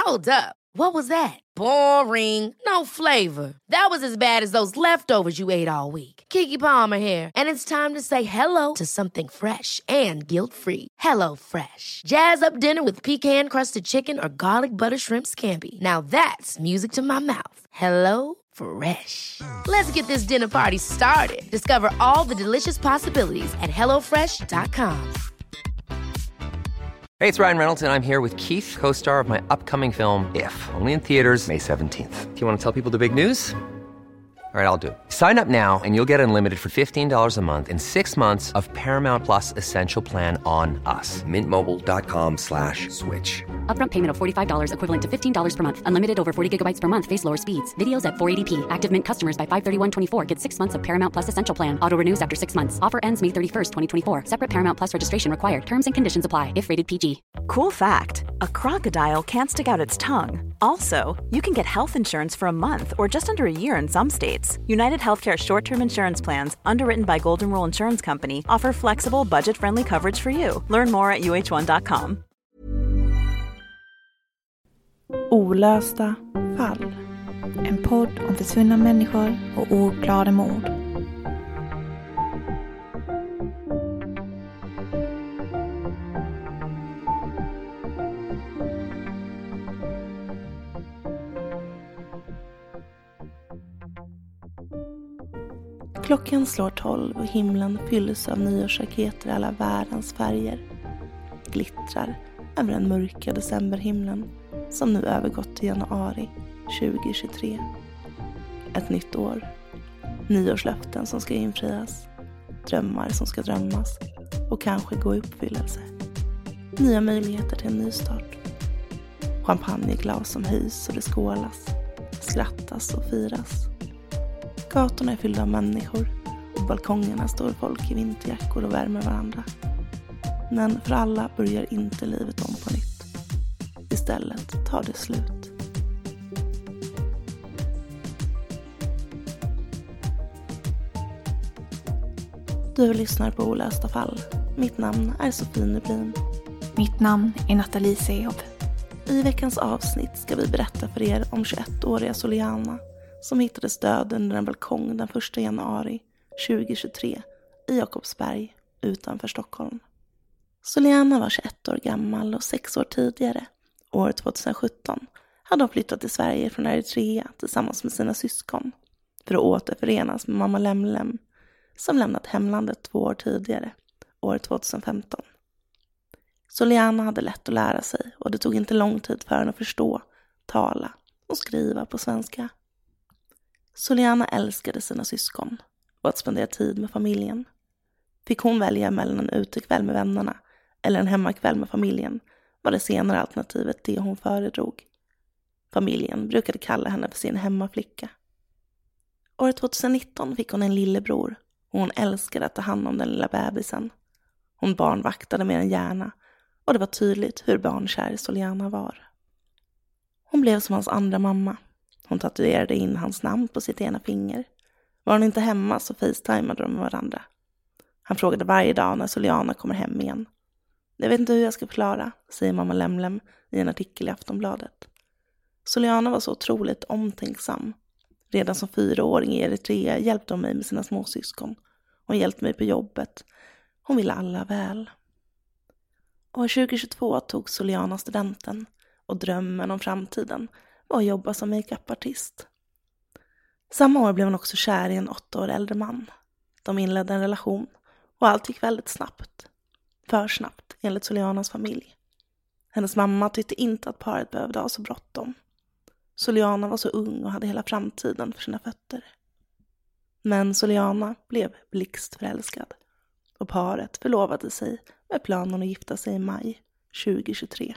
Hold up. What was that? Boring. No flavor. That was as bad as those leftovers you ate all week. Keke Palmer here, and it's time to say hello to something fresh and guilt-free. Hello Fresh. Jazz up dinner with pecan-crusted chicken or garlic butter shrimp scampi. Now that's music to my mouth. Hello Fresh. Let's get this dinner party started. Discover all the delicious possibilities at hellofresh.com. Hey, it's Ryan Reynolds, and I'm here with Keith, co-star of my upcoming film, If, only in theaters May 17th. Do you want to tell people the big news? All right, I'll do it. Sign up now and you'll get unlimited for $15 a month and 6 months of Paramount Plus Essential Plan on us. MintMobile.com/switch. Upfront payment of $45 equivalent to $15 per month. Unlimited over 40 gigabytes per month. Face lower speeds. Videos at 480p. Active Mint customers by 531.24 get 6 months of Paramount Plus Essential Plan. Auto renews after 6 months. Offer ends May 31st, 2024. Separate Paramount Plus registration required. Terms and conditions apply if rated PG. Cool fact, a crocodile can't stick out its tongue. Also, you can get health insurance for a month or just under a year in some states. United Healthcare short-term insurance plans, underwritten by Golden Rule Insurance Company, offer flexible, budget-friendly coverage for you. Learn more at uh1.com. Olösta fall. En podd om försvunna människor och ouppklarade mord. Klockan slår 12 och himlen fylls av nyårsraketer i alla världens färger. Glittrar över den mörka decemberhimlen som nu övergått till januari 2023. Ett nytt år. Nyårslöften som ska infrias. Drömmar som ska drömmas och kanske gå i uppfyllelse. Nya möjligheter till en ny start. Champagneglas som höjs och det skålas. Skrattas och firas. Gatorna är fyllda av människor och balkongerna står folk i vinterjackor och värmer varandra. Men för alla börjar inte livet om på nytt. Istället tar det slut. Du lyssnar på Olösta fall. Mitt namn är Sofie Nublin. Mitt namn är Nathalie Sehob. I veckans avsnitt ska vi berätta för er om 21-åriga Soliana som hittades död under en balkong den 1 januari 2023 i Jakobsberg utanför Stockholm. Soliana var 21 år gammal och 6 år tidigare, år 2017, hade hon flyttat till Sverige från Eritrea tillsammans med sina syskon för att återförenas med mamma Lemlem som lämnat hemlandet 2 år tidigare, år 2015. Soliana hade lätt att lära sig och det tog inte lång tid för henne att förstå, tala och skriva på svenska. Soliana älskade sina syskon och att spendera tid med familjen. Fick hon välja mellan en utekväll med vännerna eller en hemmakväll med familjen var det senare alternativet det hon föredrog. Familjen brukade kalla henne för sin hemmaflicka. År 2019 fick hon en lillebror och hon älskade att ta hand om den lilla bebisen. Hon barnvaktade mer än gärna och det var tydligt hur barnkär Soliana var. Hon blev som hans andra mamma. Hon tatuerade in hans namn på sitt ena finger. Var hon inte hemma så facetimade de med varandra. Han frågade varje dag när Soliana kommer hem igen. Jag vet inte hur jag ska förklara, säger mamma Lemlem i en artikel i Aftonbladet. Soliana var så otroligt omtänksam. Redan som 4-åring i Eritrea hjälpte hon mig med sina småsyskon. Hon hjälpte mig på jobbet. Hon ville alla väl. År 2022 tog Soliana studenten och drömmen om framtiden var att jobba som make-up-artist. Samma år blev hon också kär i en 8 år äldre man. De inledde en relation och allt gick väldigt snabbt. För snabbt, enligt Solianas familj. Hennes mamma tyckte inte att paret behövde ha så bråttom. Soliana var så ung och hade hela framtiden för sina fötter. Men Soliana blev blixtförälskad och paret förlovade sig med planen att gifta sig i maj 2023.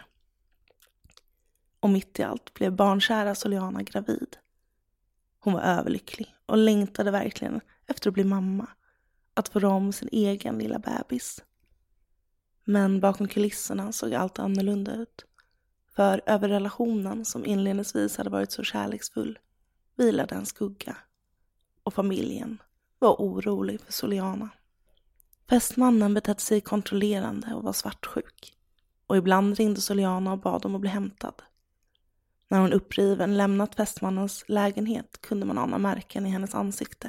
Och mitt i allt blev barnkära Soliana gravid. Hon var överlycklig och längtade verkligen efter att bli mamma. Att få om sin egen lilla bebis. Men bakom kulisserna såg allt annorlunda ut. För över relationen som inledningsvis hade varit så kärleksfull vilade en skugga. Och familjen var orolig för Soliana. Fästmannen betedde sig kontrollerande och var svartsjuk. Och ibland ringde Soliana och bad om att bli hämtad. När hon uppriven lämnat fästmannens lägenhet kunde man ana märken i hennes ansikte.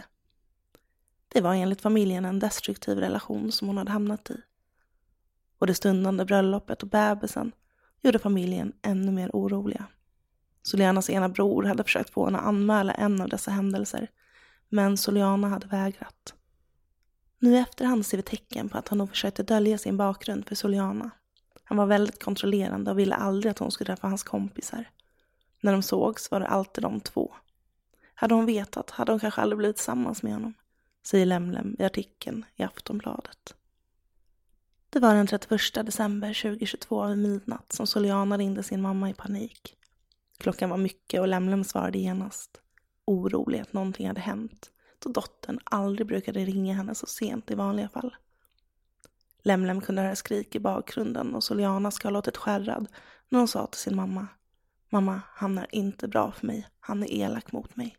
Det var enligt familjen en destruktiv relation som hon hade hamnat i. Och det stundande bröllopet och bebisen gjorde familjen ännu mer oroliga. Solianas ena bror hade försökt få henne att anmäla en av dessa händelser, men Soliana hade vägrat. Nu i efterhand ser vi tecken på att han nog försökte dölja sin bakgrund för Soliana. Han var väldigt kontrollerande och ville aldrig att hon skulle träffa hans kompisar. När de sågs var det alltid de två. Hade hon vetat hade hon kanske aldrig blivit tillsammans med honom, säger Lemlem i artikeln i Aftonbladet. Det var den 31 december 2022 vid midnatt som Soliana ringde sin mamma i panik. Klockan var mycket och Lemlem svarade genast. Orolig att någonting hade hänt, då dottern aldrig brukade ringa henne så sent i vanliga fall. Lemlem kunde höra skrik i bakgrunden och Soliana ska ha låtit skärrad när hon sa till sin mamma: Mamma, han är inte bra för mig. Han är elak mot mig.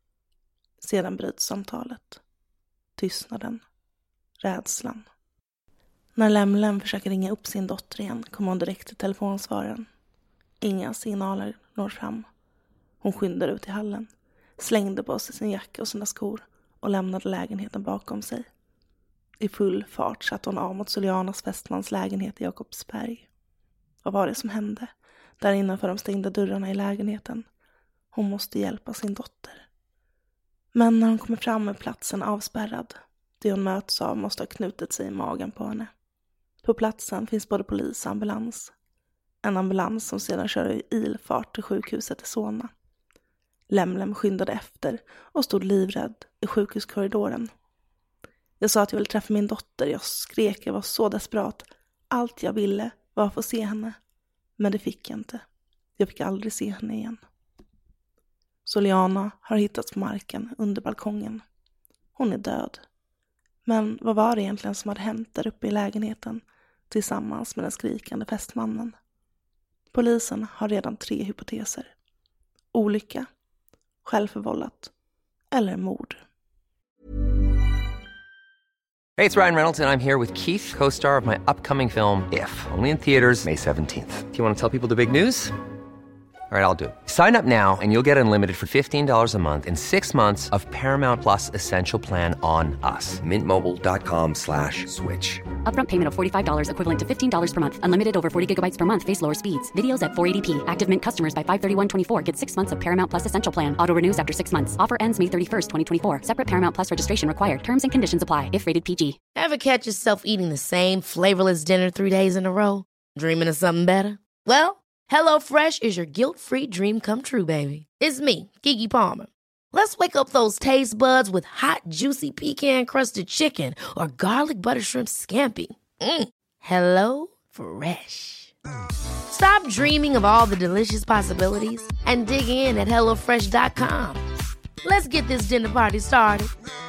Sedan bryts samtalet. Tystnaden. Rädslan. När Lemlem försöker ringa upp sin dotter igen kommer hon direkt till telefonsvararen. Inga signaler når fram. Hon skyndar ut i hallen, slängde på sig sin jacka och sina skor och lämnade lägenheten bakom sig. I full fart satt hon av mot Solianas fästmans lägenhet i Jakobsberg. Vad var det som hände? Där innanför de stängda dörrarna i lägenheten. Hon måste hjälpa sin dotter. Men när hon kommer fram är platsen avspärrad. Det hon möts av måste ha knutit sig i magen på henne. På platsen finns både polis och ambulans. En ambulans som sedan kör i ilfart till sjukhuset i Solna. Lemlem skyndade efter och stod livrädd i sjukhuskorridoren. Jag sa att jag ville träffa min dotter. Jag skrek, jag var så desperat. Allt jag ville var att få se henne. Men det fick jag inte. Jag fick aldrig se henne igen. Soliana har hittats på marken under balkongen. Hon är död. Men vad var det egentligen som hade hänt där uppe i lägenheten tillsammans med den skrikande fästmannen? Polisen har redan 3 hypoteser. Olycka, självförvållat eller mord. Hey, it's Ryan Reynolds, and I'm here with Keith, co-star of my upcoming film, If, only in theaters May 17th. Do you want to tell people the big news? All right, I'll do it. Sign up now and you'll get unlimited for $15 a month and 6 months of Paramount Plus Essential Plan on us. Mintmobile.com/switch. Upfront payment of $45 equivalent to $15 per month. Unlimited over 40 gigabytes per month. Face lower speeds. Videos at 480p. Active Mint customers by 531.24 get 6 months of Paramount Plus Essential Plan. Auto renews after 6 months. Offer ends May 31st, 2024. Separate Paramount Plus registration required. Terms and conditions apply if rated PG. Ever catch yourself eating the same flavorless dinner 3 days in a row? Dreaming of something better? Well, HelloFresh is your guilt-free dream come true, baby. It's me, Keke Palmer. Let's wake up those taste buds with hot, juicy pecan-crusted chicken or garlic butter shrimp scampi. Hello Fresh. Stop dreaming of all the delicious possibilities and dig in at HelloFresh.com. Let's get this dinner party started.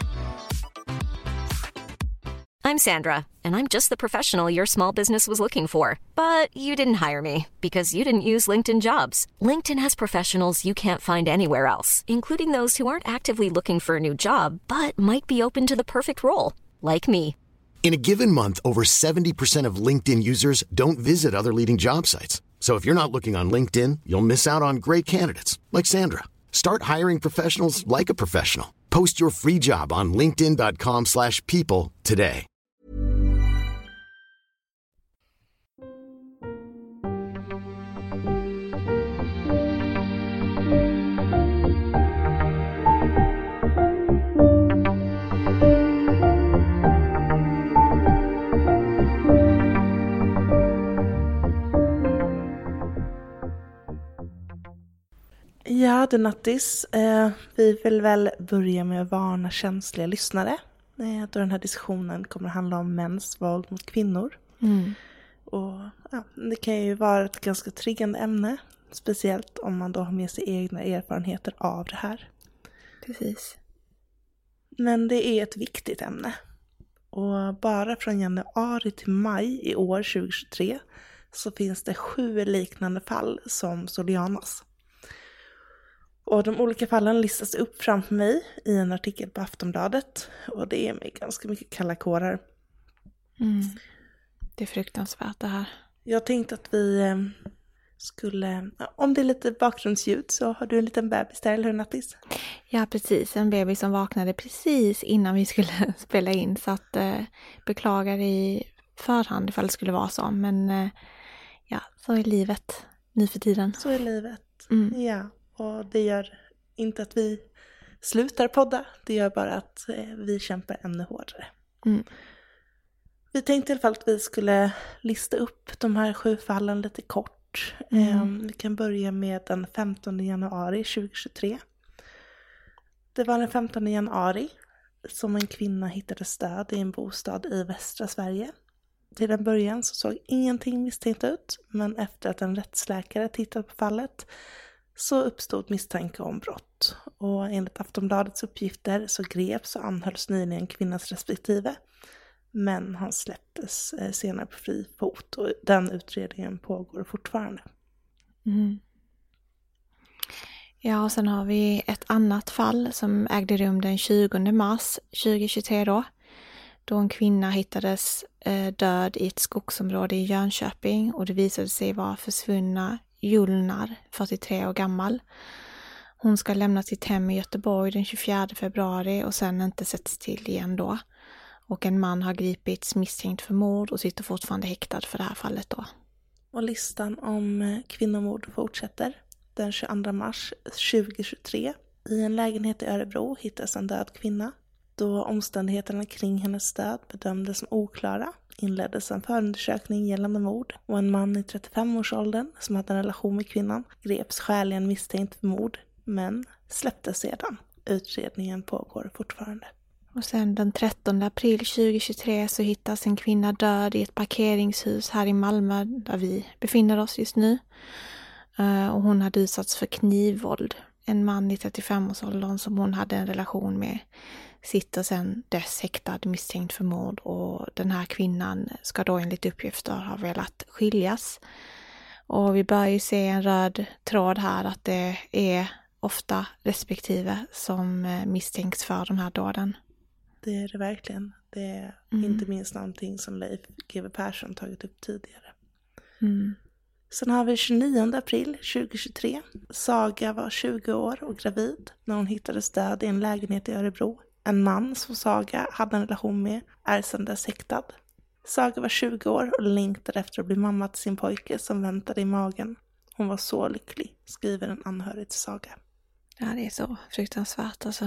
I'm Sandra, and I'm just the professional your small business was looking for. But you didn't hire me because you didn't use LinkedIn Jobs. LinkedIn has professionals you can't find anywhere else, including those who aren't actively looking for a new job, but might be open to the perfect role, like me. In a given month, over 70% of LinkedIn users don't visit other leading job sites. So if you're not looking on LinkedIn, you'll miss out on great candidates like Sandra. Start hiring professionals like a professional. Post your free job on linkedin.com/people today. Ja, det nattis. Vi vill väl börja med att varna känsliga lyssnare. Då den här diskussionen kommer att handla om mäns våld mot kvinnor. Och ja, det kan ju vara ett ganska triggande ämne. Speciellt om man då har med sig egna erfarenheter av det här. Precis. Men det är ett viktigt ämne. Och bara från januari till maj i år 2023 så finns det 7 liknande fall som Solianas. Och de olika fallen listas upp framför mig i en artikel på Aftonbladet. Och det är mig ganska mycket kalla kårar. Det är fruktansvärt det här. Jag tänkte att vi om det är lite bakgrundsljud så har du en liten bebis där, eller hur Nattis? Ja, precis. En bebis som vaknade precis innan vi skulle spela in. Så att beklagar i förhand ifall det skulle vara så. Men ja, så är livet nu för tiden. Så är livet, ja. Och det gör inte att vi slutar podda. Det gör bara att vi kämpar ännu hårdare. Vi tänkte i alla fall att vi skulle lista upp de här 7 fallen lite kort. Vi kan börja med den 15 januari 2023. Det var den 15 januari som en kvinna hittade död i en bostad i västra Sverige. Till en början så såg ingenting misstänkt ut, men efter att en rättsläkare tittade på fallet så uppstod misstanke om brott. Och enligt Aftonbladets uppgifter så greps och anhölls nyligen kvinnans respektive. Men han släpptes senare på fri fot och den utredningen pågår fortfarande. Ja, och sen har vi ett annat fall som ägde rum den 20 mars 2023 då en kvinna hittades död i ett skogsområde i Jönköping och det visade sig vara försvunna Julnar, 43 år gammal. Hon ska lämna sitt hem i Göteborg den 24 februari och sen inte sätts till igen då. Och en man har gripits misstänkt för mord och sitter fortfarande häktad för det här fallet då. Och listan om kvinnomord fortsätter. Den 22 mars 2023 i en lägenhet i Örebro hittas en död kvinna. Då omständigheterna kring hennes död bedömdes som oklara inleddes en förundersökning gällande mord och en man i 35-årsåldern som hade en relation med kvinnan greps skäligen misstänkt för mord men släpptes sedan. Utredningen pågår fortfarande. Och sen den 13 april 2023 så hittas en kvinna död i ett parkeringshus här i Malmö där vi befinner oss just nu. Och hon hade utsatts för knivvåld. En man i 35-årsåldern som hon hade en relation med sitter sedan dess häktad misstänkt för mord. Och den här kvinnan ska då enligt uppgifter ha velat skiljas. Och vi börjar ju se en röd tråd här att det är ofta respektive som misstänks för de här dåden. Det är det verkligen. Det är inte minst någonting som Leif GW Persson tagit upp tidigare. Sen har vi 29 april 2023. Saga var 20 år och gravid när hon hittades död i en lägenhet i Örebro. En man som Saga hade en relation med är sedan dess häktad. Saga var 20 år och längtade efter att bli mamma till sin pojke som väntade i magen. Hon var så lycklig, skriver en anhörig till Saga. Ja, det är så fruktansvärt alltså.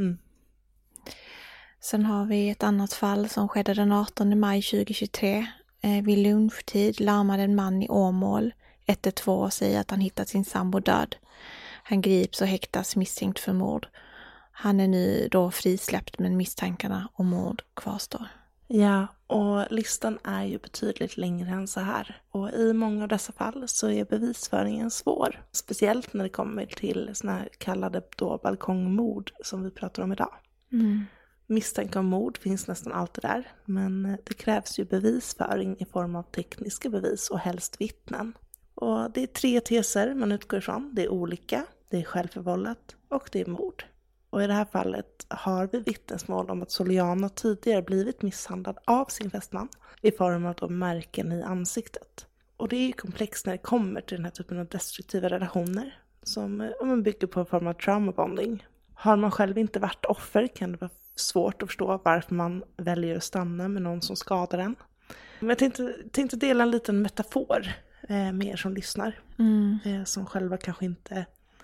Sen har vi ett annat fall som skedde den 18 maj 2023. Vid lunchtid larmade en man i Åmål 112 och säger att han hittat sin sambo död. Han grips och häktas misstänkt för mord. Han är nu då frisläppt men misstankarna om mord kvarstår. Ja, och listan är ju betydligt längre än så här. Och i många av dessa fall så är bevisföringen svår. Speciellt när det kommer till såna här kallade då balkongmord som vi pratar om idag. Misstanke om mord finns nästan alltid där, men det krävs ju bevisföring i form av tekniska bevis och helst vittnen. Och det är 3 teser man utgår ifrån. Det är olika, det är självförvållat och det är mord. Och i det här fallet har vi vittnesmål om att Soliana tidigare blivit misshandlad av sin fästman i form av då märken i ansiktet. Och det är ju komplext när det kommer till den här typen av destruktiva relationer som bygger på en form av traumabonding. Har man själv inte varit offer kan det vara svårt att förstå varför man väljer att stanna med någon som skadar en. Men jag tänkte dela en liten metafor med er som lyssnar. Som själva kanske inte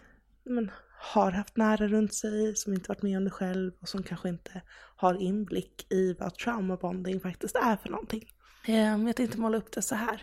har haft nära runt sig, som inte varit med om det själv och som kanske inte har inblick i vad traumabonding faktiskt är för någonting. Jag tänkte måla upp det så här.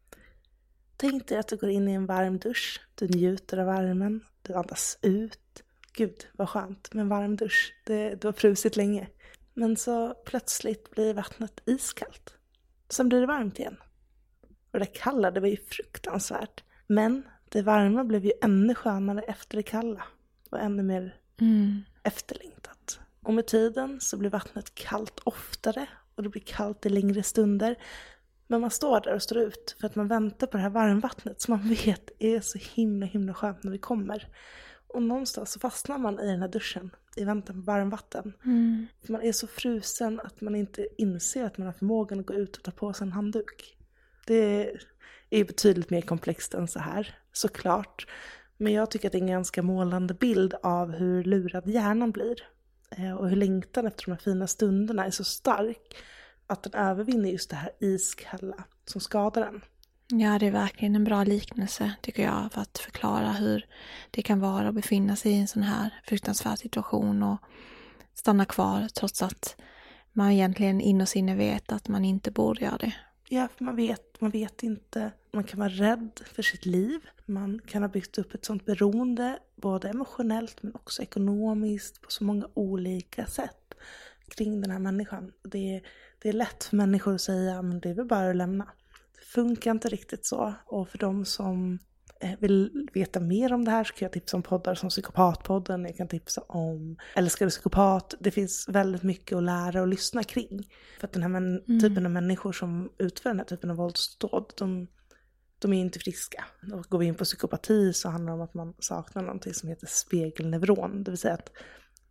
Tänk dig att du går in i en varm dusch, du njuter av värmen, du andas ut. Gud, vad skönt med en varm dusch. Du har frusit länge. Men så plötsligt blir vattnet iskallt. Sen blir det varmt igen. Och det kalla, det var ju fruktansvärt. Men det varma blev ju ännu skönare efter det kalla. Och ännu mer efterlängtat. Och med tiden så blir vattnet kallt oftare. Och det blir kallt i längre stunder. Men man står där och står ut. För att man väntar på det här varmvattnet. Som man vet är så himla skönt när det kommer. Och någonstans så fastnar man i den här duschen i väntan på varmvatten. För man är så frusen att man inte inser att man har förmågan att gå ut och ta på sig en handduk. är betydligt mer komplext än så här, såklart. Men jag tycker att det är en ganska målande bild av hur lurad hjärnan blir. Och hur längtan efter de här fina stunderna är så stark att den övervinner just det här iskalla som skadar den. Ja, det är verkligen en bra liknelse tycker jag för att förklara hur det kan vara att befinna sig i en sån här fruktansvärd situation och stanna kvar trots att man egentligen innerst inne vet att man inte borde göra det. Ja, för man vet inte. Man kan vara rädd för sitt liv. Man kan ha byggt upp ett sånt beroende, både emotionellt men också ekonomiskt, på så många olika sätt kring den här människan. Det är lätt för människor att säga, men det är väl bara att lämna. Det funkar inte riktigt så. Och för de som vill veta mer om det här så kan jag tipsa om poddar som Psykopatpodden. Jag kan tipsa om Älskade psykopat. Det finns väldigt mycket att lära och lyssna kring. För att den här typen av människor som utför den här typen av våldsdåd, de är inte friska. Och går vi in på psykopati så handlar det om att man saknar någonting som heter spegelneuron. Det vill säga att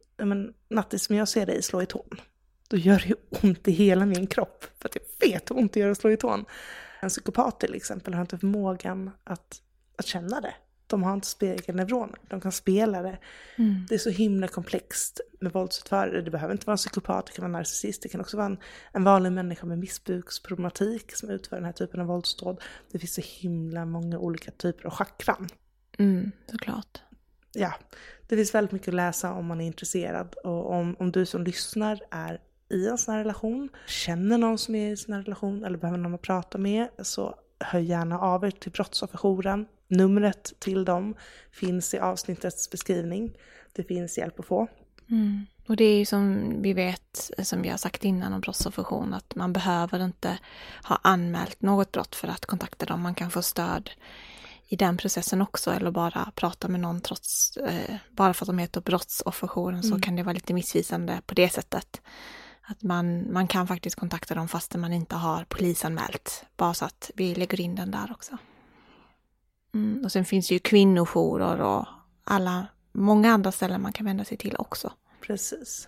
nattis som jag ser dig slå i tån, då gör det ju ont i hela min kropp. För att jag vet hur ont det gör att slå i tån. En psykopat till exempel har inte förmågan att känna det. De har inte spegelneuroner. De kan spela det. Det är så himla komplext med våldsutförare. Det behöver inte vara en psykopat, det kan vara en narcissist. Det kan också vara en vanlig människa med missbruksproblematik som utför den här typen av våldsdåd. Det finns så himla många olika typer av chakran. Såklart. Ja, det finns väldigt mycket att läsa om man är intresserad. Och om du som lyssnar är i en sån här relation, känner någon som är i en sån här relation eller behöver någon att prata med, så hör gärna av er till Brottsofferjouren. Numret till dem finns i avsnittets beskrivning. Det finns hjälp att få. Och det är ju som vi vet, som vi har sagt innan om brottsofferjour, att man behöver inte ha anmält något brott för att kontakta dem. Man kan få stöd i den processen också, eller bara prata med någon trots, bara för att de heter Brottsofferjouren så kan det vara lite missvisande på det sättet. Att man kan faktiskt kontakta dem fast man inte har polisanmält. Bara så att vi lägger in den där också. Och sen finns ju kvinnojourer och många andra ställen man kan vända sig till också. Precis.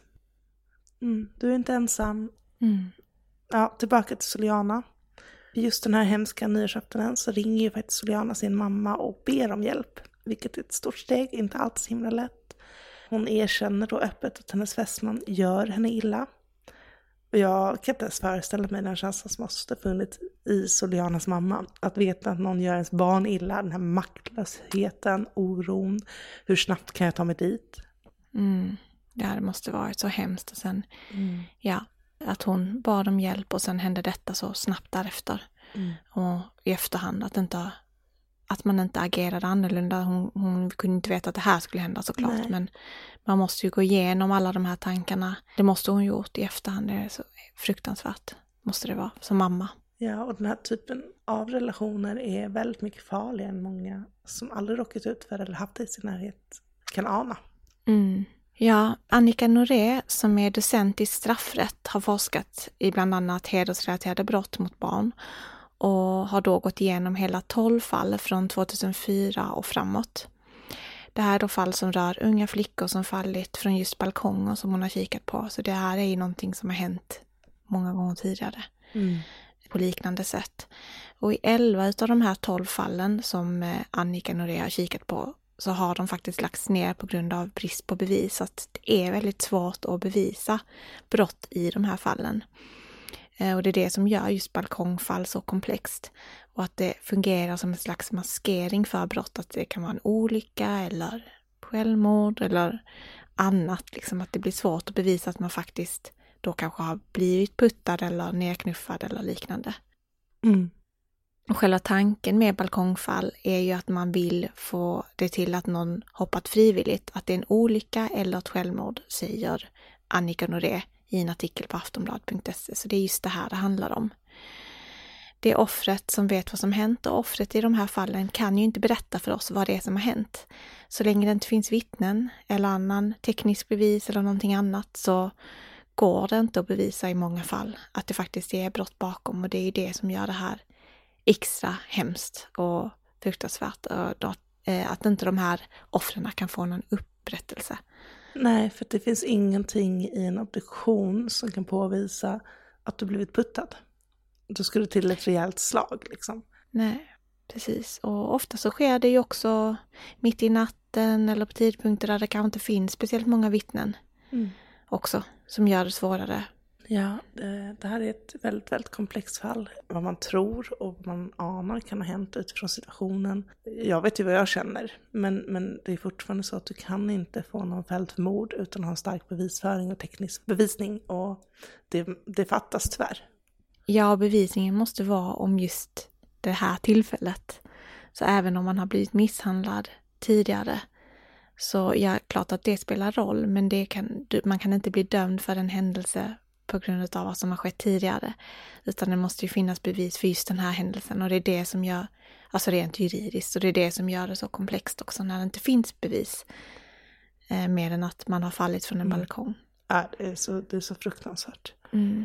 Du är inte ensam. Ja, tillbaka till Soliana. Just den här hemska nyårsaftonen så ringer ju faktiskt Soliana sin mamma och ber om hjälp. Vilket är ett stort steg, inte alls himla lätt. Hon erkänner då öppet att hennes fästman gör henne illa. Och jag kan inte ens föreställa mig den känslan som måste funnits i Solianas mamma. Att veta att någon gör ens barn illa, den här maktlösheten, oron. Hur snabbt kan jag ta mig dit? Det måste varit så hemskt. Och sen, att hon bad om hjälp och sen hände detta så snabbt därefter. Och i efterhand att man inte agerade annorlunda. Hon kunde inte veta att det här skulle hända såklart. Nej. Men man måste ju gå igenom alla de här tankarna. Det måste hon gjort i efterhand. Det är så fruktansvärt. Måste det vara som mamma. Ja, och den här typen av relationer är väldigt mycket farligare än många som aldrig råkat ut för eller haft det i sin närhet kan ana. Ja, Annika Noré som är docent i straffrätt har forskat i bland annat hedersrelaterade brott mot barn. Och har då gått igenom hela 12 fall från 2004 och framåt. Det här är då fall som rör unga flickor som fallit från just balkonger som hon har kikat på. Så det här är ju någonting som har hänt många gånger tidigare. På liknande sätt. Och i 11 av de här 12 fallen som Annika Noré har kikat på så har de faktiskt lagts ner på grund av brist på bevis. Att det är väldigt svårt att bevisa brott i de här fallen. Och det är det som gör just balkongfall så komplext. Och att det fungerar som en slags maskering för brott. Att det kan vara en olycka eller självmord eller annat. Liksom att det blir svårt att bevisa att man faktiskt då kanske har blivit puttad eller nedknuffad eller liknande. Och själva tanken med balkongfall är ju att man vill få det till att någon hoppat frivilligt. Att det är en olycka eller ett självmord, säger Annika Noré i en artikel på aftonblad.se. Så det är just det här det handlar om. Det är offret som vet vad som hänt och offret i de här fallen kan ju inte berätta för oss vad det är som har hänt. Så länge det inte finns vittnen eller annan teknisk bevis eller någonting annat så går det inte att bevisa i många fall att det faktiskt är brott bakom. Och det är det som gör det här extra hemskt och fruktansvärt. Att inte de här offren kan få någon upprättelse. Nej, för det finns ingenting i en obduktion som kan påvisa att du blivit puttad. Då skulle det till ett rejält slag liksom. Nej. Precis, och ofta så sker det ju också mitt i natten eller på tidpunkter där det kanske inte finns speciellt många vittnen också, som gör det svårare. Ja, det här är ett väldigt, väldigt komplext fall. Vad man tror och vad man anar kan ha hänt utifrån situationen. Jag vet ju vad jag känner, men det är fortfarande så att du kan inte få någon fälld för mord utan att ha en stark bevisföring och teknisk bevisning. Och det fattas tyvärr. Ja, bevisningen måste vara om just det här tillfället. Så även om man har blivit misshandlad tidigare, så ja, klart att det spelar roll, men man kan inte bli dömd för en händelse på grund av vad som har skett tidigare. Utan det måste ju finnas bevis för just den här händelsen, och det är det som gör, alltså rent juridiskt, och det är det som gör det så komplext också när det inte finns bevis. Mer än att man har fallit från en balkong. Ja, det är så fruktansvärt.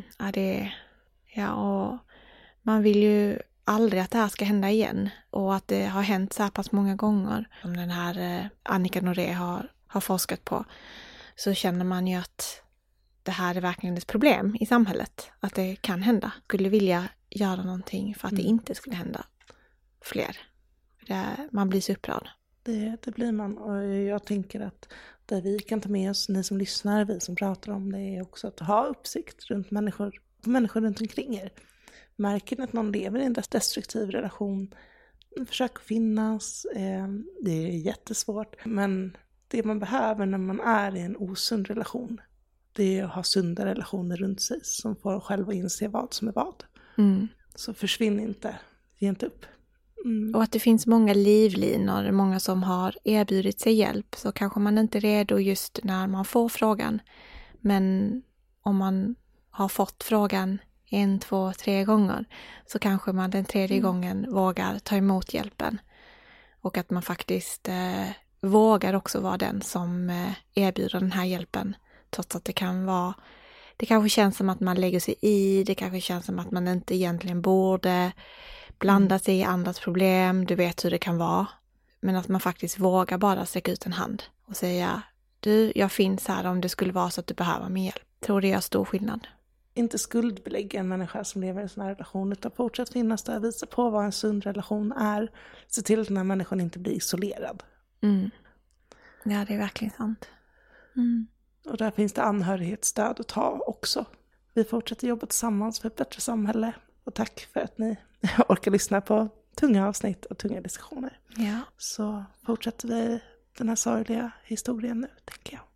Och man vill ju aldrig att det här ska hända igen, och att det har hänt så här pass många gånger som den här Annika Noré har forskat på, så känner man ju att det här är verkligen ett problem i samhället, att det kan hända. Skulle vilja göra någonting för att det inte skulle hända fler. Man blir så upprörd. Det blir man, och jag tänker att det vi kan ta med oss, ni som lyssnar, vi som pratar om det, är också att ha uppsikt runt människor runt omkring er. Märker ni att någon lever i en destruktiv relation, försök att finnas. Det är jättesvårt, men det man behöver när man är i en osund relation, det är att ha sunda relationer runt sig som får själva inse vad som är vad. Så försvinn inte, ge inte upp. Och att det finns många livlinor, många som har erbjudit sig hjälp, så kanske man inte är redo just när man får frågan. Men om man har fått frågan 1, 2, 3 gånger, så kanske man den 3:e gången vågar ta emot hjälpen. Och att man faktiskt vågar också vara den som erbjuder den här hjälpen. Trots att det kanske känns som att man lägger sig i, det kanske känns som att man inte egentligen borde blanda sig i andras problem, du vet hur det kan vara. Men att man faktiskt vågar bara sträcka ut en hand och säga, du, jag finns här om det skulle vara så att du behöver min hjälp. Jag tror det gör stor skillnad. Inte skuldbelägga en människa som lever i en sån här relation, utan fortsätt finnas där, visa på vad en sund relation är. Se till att den här människan inte blir isolerad. Ja, det är verkligen sant. Och där finns det anhörighetsstöd att ta också. Vi fortsätter jobba tillsammans för ett bättre samhälle. Och tack för att ni orkar lyssna på tunga avsnitt och tunga diskussioner. Ja. Så fortsätter vi den här sorgliga historien nu, tänker jag.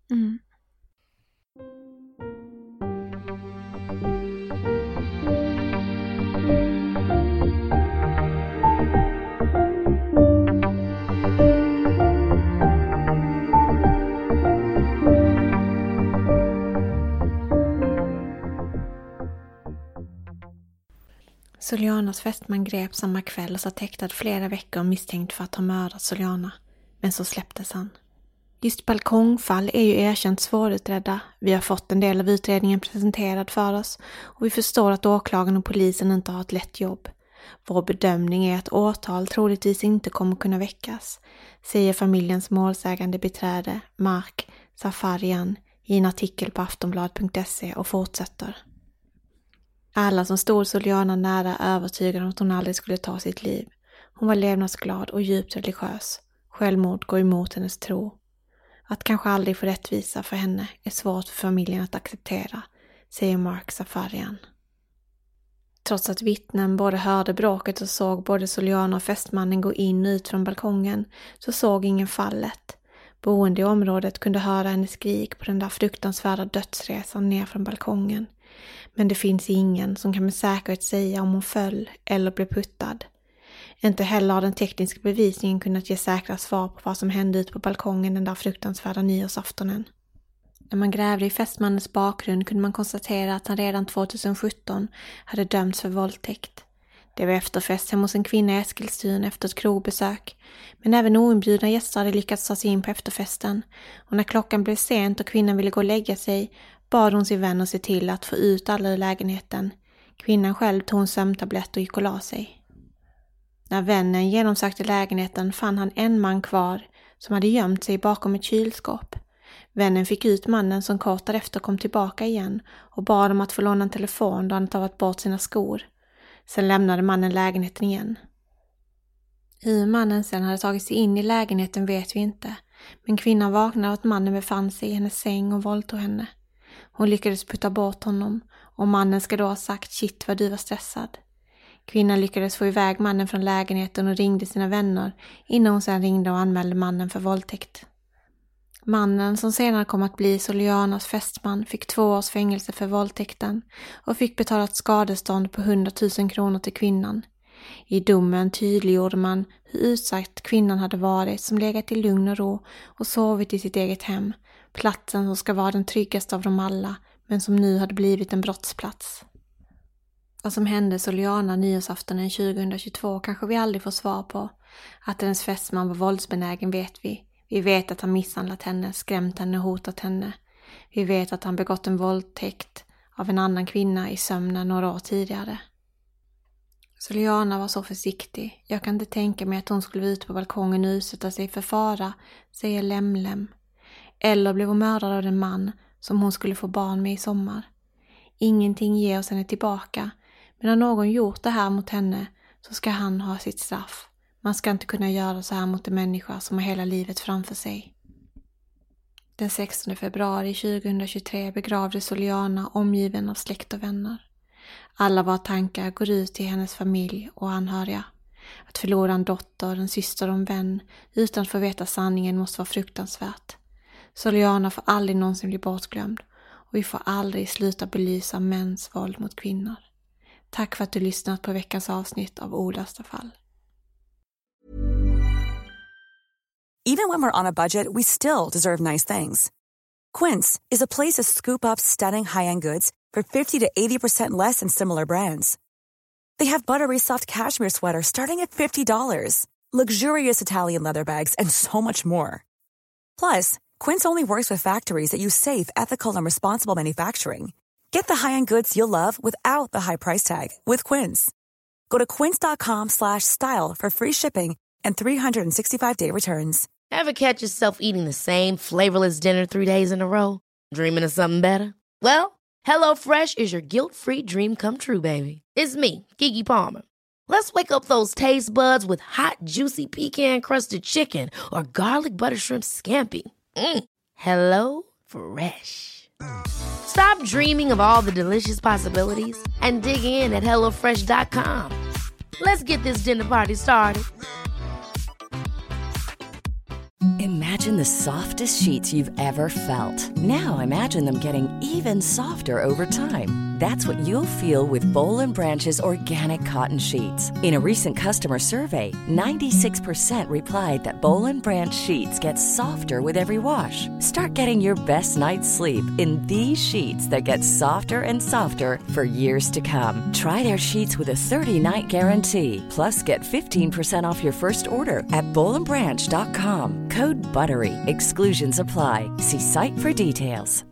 Solianas fästman greps samma kväll och satt häktad flera veckor misstänkt för att ha mördat Soliana. Men så släpptes han. Just balkongfall är ju erkänt svårutredda. Vi har fått en del av utredningen presenterad för oss och vi förstår att åklagaren och polisen inte har ett lätt jobb. Vår bedömning är att åtal troligtvis inte kommer kunna väckas, säger familjens målsägande beträde Mark Safarian i en artikel på aftonblad.se och fortsätter. Alla som stod Soliana nära övertygade om att hon aldrig skulle ta sitt liv. Hon var levnadsglad och djupt religiös. Självmord går emot hennes tro. Att kanske aldrig få rättvisa för henne är svårt för familjen att acceptera, säger Mark Safarian. Trots att vittnen både hörde bråket och såg både Soliana och fästmannen gå in och ut från balkongen, så såg ingen fallet. Boende i området kunde höra hennes skrik på den där fruktansvärda dödsresan ner från balkongen. Men det finns ingen som kan med säkerhet säga om hon föll eller blev puttad. Inte heller har den tekniska bevisningen kunnat ge säkra svar på vad som hände ut på balkongen den där fruktansvärda nyårsaftonen. När man grävde i fästmannens bakgrund kunde man konstatera att han redan 2017 hade dömts för våldtäkt. Det var efterfest hemma hos en kvinna i Eskilstuna efter ett krogbesök. Men även oinbjudna gäster hade lyckats ta sig in på efterfesten. Och när klockan blev sent och kvinnan ville gå och lägga sig bad hon sin vän att se till att få ut alla ur lägenheten. Kvinnan själv tog en sömntablett och gick och la sig. När vännen genomsökte lägenheten fann han en man kvar som hade gömt sig bakom ett kylskåp. Vännen fick ut mannen som kort därefter kom tillbaka igen och bad om att få låna en telefon då han tagit bort sina skor. Sen lämnade mannen lägenheten igen. Hur mannen sen hade tagit sig in i lägenheten vet vi inte, men kvinnan vaknade av att mannen befann sig i hennes säng och våldtog henne. Hon lyckades putta bort honom och mannen ska då ha sagt shit vad du var stressad. Kvinnan lyckades få iväg mannen från lägenheten och ringde sina vänner innan hon sedan ringde och anmälde mannen för våldtäkt. Mannen som senare kom att bli Solianas fästman fick 2 års fängelse för våldtäkten och fick betala ett skadestånd på 100 000 kronor till kvinnan. I domen tydliggjorde man hur utsatt kvinnan hade varit som legat i lugn och ro och sovit i sitt eget hem, platsen som ska vara den tryggaste av dem alla men som nu hade blivit en brottsplats. Vad som hände Soliana nyårsaftonen 2022 kanske vi aldrig får svar på. Att hennes fästman var våldsbenägen vet vi. Vi vet att han misshandlat henne, skrämt henne och hotat henne. Vi vet att han begått en våldtäkt av en annan kvinna i sömnen några år tidigare. Soliana var så försiktig. Jag kan inte tänka mig att hon skulle ut på balkongen och utsätta sig för fara, säger Lemlem. Eller blev hon mördad av den man som hon skulle få barn med i sommar. Ingenting ger oss henne tillbaka. Men har någon gjort det här mot henne så ska han ha sitt straff. Man ska inte kunna göra så här mot en människa som har hela livet framför sig. Den 16 februari 2023 begravdes Soliana omgiven av släkt och vänner. Alla våra tankar går ut till hennes familj och anhöriga. Att förlora en dotter, en syster och en vän utan att få veta sanningen måste vara fruktansvärt. Soliana får aldrig någonsin bli bortglömd och vi får aldrig sluta belysa mäns våld mot kvinnor. Tack för att du lyssnat på veckans avsnitt av Olösta fall. Even when we're on a budget, we still deserve nice things. Quince is a place to scoop up stunning high-end goods for 50 to 80% less than similar brands. They have buttery soft cashmere sweaters starting at $50, luxurious Italian leather bags, and so much more. Plus, Quince only works with factories that use safe, ethical, and responsible manufacturing. Get the high-end goods you'll love without the high price tag with Quince. Go to quince.com/style for free shipping and 365-day returns. Ever catch yourself eating the same flavorless dinner 3 days in a row? Dreaming of something better? Well, HelloFresh is your guilt-free dream come true, baby. It's me, Keke Palmer. Let's wake up those taste buds with hot, juicy pecan-crusted chicken or garlic butter shrimp scampi. Hello Fresh. Stop dreaming of all the delicious possibilities and dig in at HelloFresh.com. Let's get this dinner party started. Imagine the softest sheets you've ever felt. Now imagine them getting even softer over time. That's what you'll feel with Boll & Branch's organic cotton sheets. In a recent customer survey, 96% replied that Boll & Branch sheets get softer with every wash. Start getting your best night's sleep in these sheets that get softer and softer for years to come. Try their sheets with a 30-night guarantee. Plus, get 15% off your first order at bollandbranch.com. Code BUTTERY. Exclusions apply. See site for details.